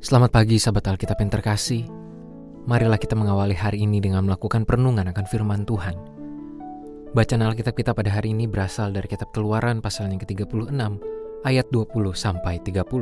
Selamat pagi sahabat Alkitab yang terkasih. Marilah kita mengawali hari ini dengan melakukan perenungan akan firman Tuhan. Bacaan Alkitab kita pada hari ini berasal dari kitab Keluaran pasal yang ke-36 ayat 20 sampai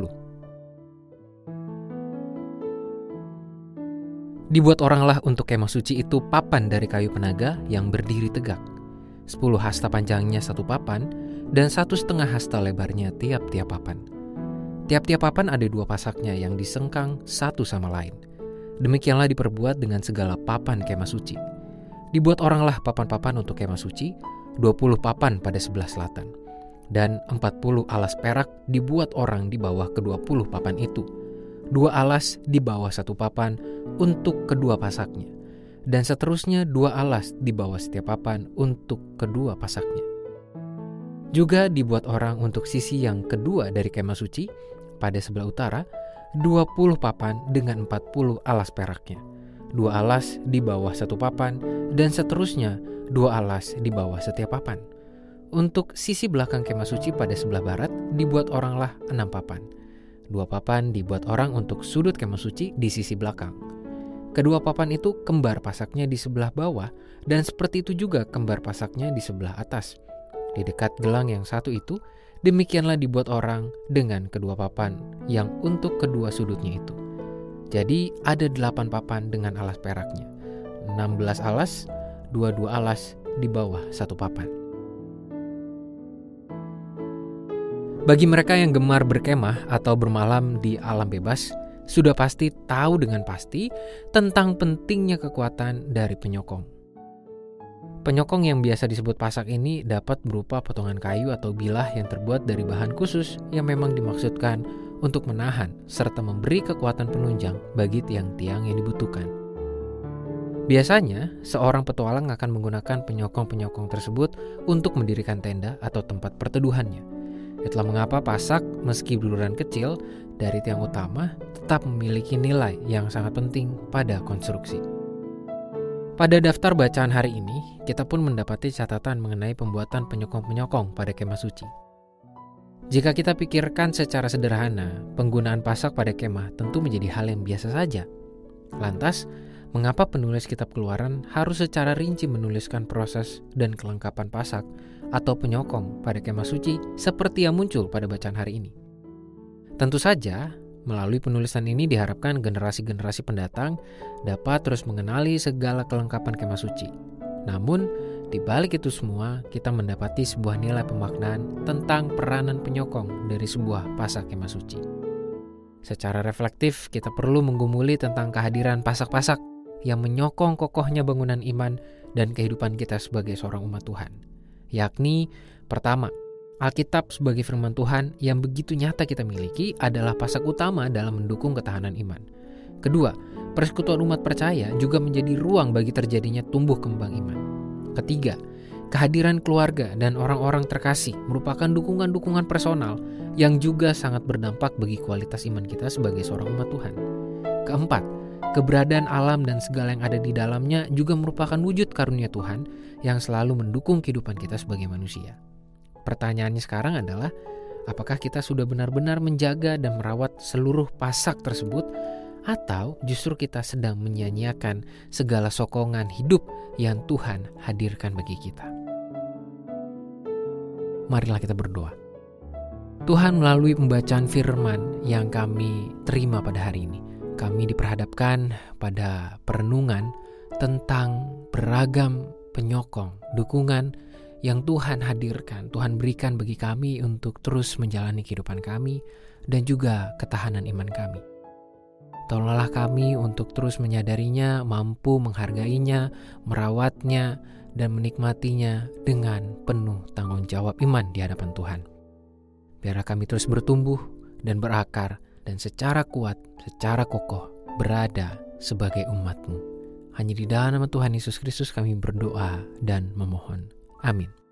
30. Dibuat oranglah untuk kemah suci itu papan dari kayu penaga yang berdiri tegak. 10 hasta panjangnya satu papan dan 1,5 hasta lebarnya tiap-tiap papan. Tiap-tiap papan ada 2 pasaknya yang disengkang satu sama lain. Demikianlah diperbuat dengan segala papan kemah suci. Dibuat oranglah papan-papan untuk kemah suci, 20 papan pada sebelah selatan. Dan 40 alas perak dibuat orang di bawah ke-20 papan itu. 2 alas di bawah satu papan untuk kedua pasaknya. Dan seterusnya 2 alas di bawah setiap papan untuk kedua pasaknya. Juga dibuat orang untuk sisi yang kedua dari kemah suci, pada sebelah utara, 20 papan dengan 40 alas peraknya. 2 alas di bawah satu papan, dan seterusnya 2 alas di bawah setiap papan. Untuk sisi belakang kemah suci pada sebelah barat, dibuat oranglah 6 papan. 2 papan dibuat orang untuk sudut kemah suci di sisi belakang. Kedua papan itu kembar pasaknya di sebelah bawah, dan seperti itu juga kembar pasaknya di sebelah atas. Di dekat gelang yang satu itu, demikianlah dibuat orang dengan kedua papan yang untuk kedua sudutnya itu. Jadi ada 8 papan dengan alas peraknya, 16 alas, 22 alas di bawah satu papan. Bagi mereka yang gemar berkemah atau bermalam di alam bebas, sudah pasti tahu dengan pasti tentang pentingnya kekuatan dari penyokong. Penyokong yang biasa disebut pasak ini dapat berupa potongan kayu atau bilah yang terbuat dari bahan khusus yang memang dimaksudkan untuk menahan serta memberi kekuatan penunjang bagi tiang-tiang yang dibutuhkan. Biasanya, seorang petualang akan menggunakan penyokong-penyokong tersebut untuk mendirikan tenda atau tempat perteduhannya. Itulah mengapa pasak, meski berukuran kecil dari tiang utama, tetap memiliki nilai yang sangat penting pada konstruksi. Pada daftar bacaan hari ini, kita pun mendapati catatan mengenai pembuatan penyokong-penyokong pada kemah suci. Jika kita pikirkan secara sederhana, penggunaan pasak pada kemah tentu menjadi hal yang biasa saja. Lantas, mengapa penulis kitab Keluaran harus secara rinci menuliskan proses dan kelengkapan pasak atau penyokong pada kemah suci seperti yang muncul pada bacaan hari ini? Tentu saja, melalui penulisan ini diharapkan generasi-generasi pendatang dapat terus mengenali segala kelengkapan kemah suci. Namun, di balik itu semua, kita mendapati sebuah nilai pemaknaan tentang peranan penyokong dari sebuah pasak kemah suci. Secara reflektif, kita perlu menggumuli tentang kehadiran pasak-pasak yang menyokong kokohnya bangunan iman dan kehidupan kita sebagai seorang umat Tuhan. Yakni, pertama, Alkitab sebagai firman Tuhan yang begitu nyata kita miliki adalah pasak utama dalam mendukung ketahanan iman. Kedua, persekutuan umat percaya juga menjadi ruang bagi terjadinya tumbuh kembang iman. Ketiga, kehadiran keluarga dan orang-orang terkasih merupakan dukungan-dukungan personal yang juga sangat berdampak bagi kualitas iman kita sebagai seorang umat Tuhan. Keempat, keberadaan alam dan segala yang ada di dalamnya juga merupakan wujud karunia Tuhan yang selalu mendukung kehidupan kita sebagai manusia. Pertanyaannya sekarang adalah, apakah kita sudah benar-benar menjaga dan merawat seluruh pasak tersebut, atau justru kita sedang menyia-nyiakan segala sokongan hidup yang Tuhan hadirkan bagi kita? Marilah kita berdoa. Tuhan, melalui pembacaan firman yang kami terima pada hari ini, kami diperhadapkan pada perenungan tentang beragam penyokong, dukungan yang Tuhan hadirkan, Tuhan berikan bagi kami untuk terus menjalani kehidupan kami dan juga ketahanan iman kami. Tolonglah kami untuk terus menyadarinya, mampu menghargainya, merawatnya, dan menikmatinya dengan penuh tanggung jawab iman di hadapan Tuhan. Biarlah kami terus bertumbuh dan berakar dan secara kuat, secara kokoh berada sebagai umat-Mu. Hanya di dalam nama Tuhan Yesus Kristus kami berdoa dan memohon. Amin.